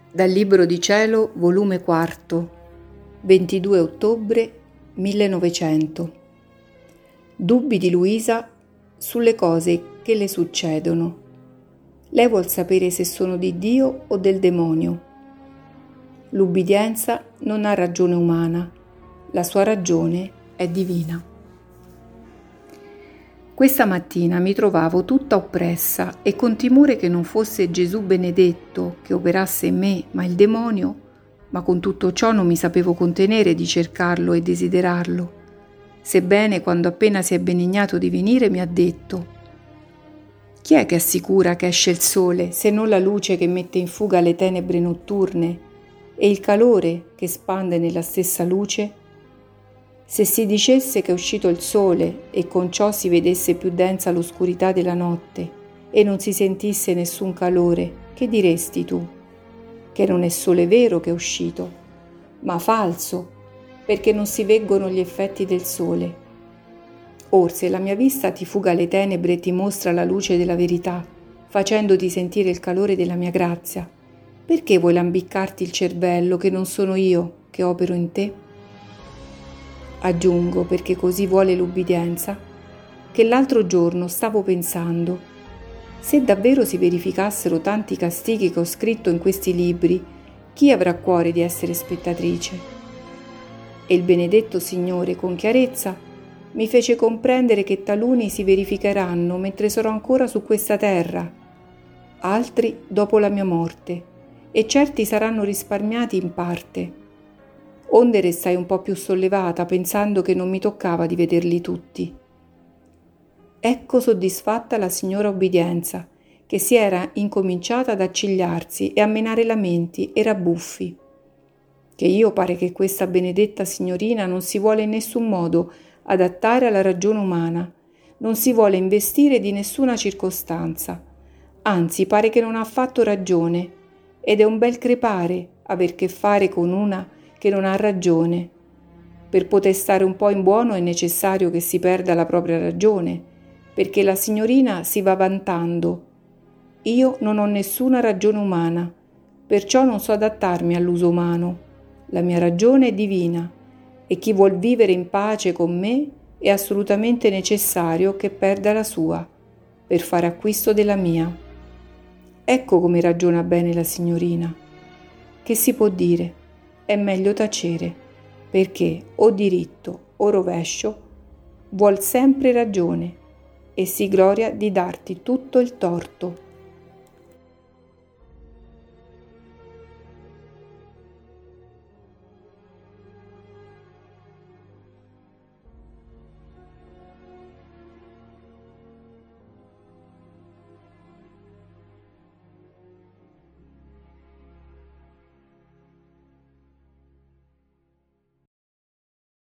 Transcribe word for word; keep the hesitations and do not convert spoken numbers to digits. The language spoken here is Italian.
Dal Libro di Cielo, volume quarto, ventidue ottobre millenovecento. Dubbi di Luisa sulle cose che le succedono. Lei vuol sapere se sono di Dio o del demonio. L'ubbidienza non ha ragione umana, la sua ragione è divina. Questa mattina mi trovavo tutta oppressa e con timore che non fosse Gesù benedetto che operasse in me, ma il demonio, ma con tutto ciò non mi sapevo contenere di cercarlo e desiderarlo, sebbene quando appena si è benignato di venire mi ha detto: «Chi è che assicura che esce il sole se non la luce che mette in fuga le tenebre notturne e il calore che spande nella stessa luce? Se si dicesse che è uscito il sole e con ciò si vedesse più densa l'oscurità della notte e non si sentisse nessun calore, che diresti tu? Che non è sole vero che è uscito, ma falso, perché non si veggono gli effetti del sole. Or se la mia vista ti fuga le tenebre e ti mostra la luce della verità, facendoti sentire il calore della mia grazia, perché vuoi lambiccarti il cervello che non sono io che opero in te?» Aggiungo, perché così vuole l'ubbidienza, che l'altro giorno stavo pensando: se davvero si verificassero tanti castighi che ho scritto in questi libri, chi avrà cuore di essere spettatrice? E il benedetto Signore con chiarezza mi fece comprendere che taluni si verificheranno mentre sarò ancora su questa terra, altri dopo la mia morte, e certi saranno risparmiati in parte. Onde restai un po' più sollevata, pensando che non mi toccava di vederli tutti. Ecco soddisfatta la signora ubbidienza, che si era incominciata ad accigliarsi e a menare lamenti e rabbuffi. Che io pare che questa benedetta signorina non si vuole in nessun modo adattare alla ragione umana, non si vuole investire di nessuna circostanza, anzi pare che non ha affatto ragione, ed è un bel crepare aver che fare con una che non ha ragione. Per poter stare un po' in buono è necessario che si perda la propria ragione, perché la signorina si va vantando: «Io non ho nessuna ragione umana, perciò non so adattarmi all'uso umano. La mia ragione è divina, e chi vuol vivere in pace con me è assolutamente necessario che perda la sua, per fare acquisto della mia». Ecco come ragiona bene la signorina. Che si può dire? È meglio tacere, perché o diritto o rovescio vuol sempre ragione e si gloria di darti tutto il torto.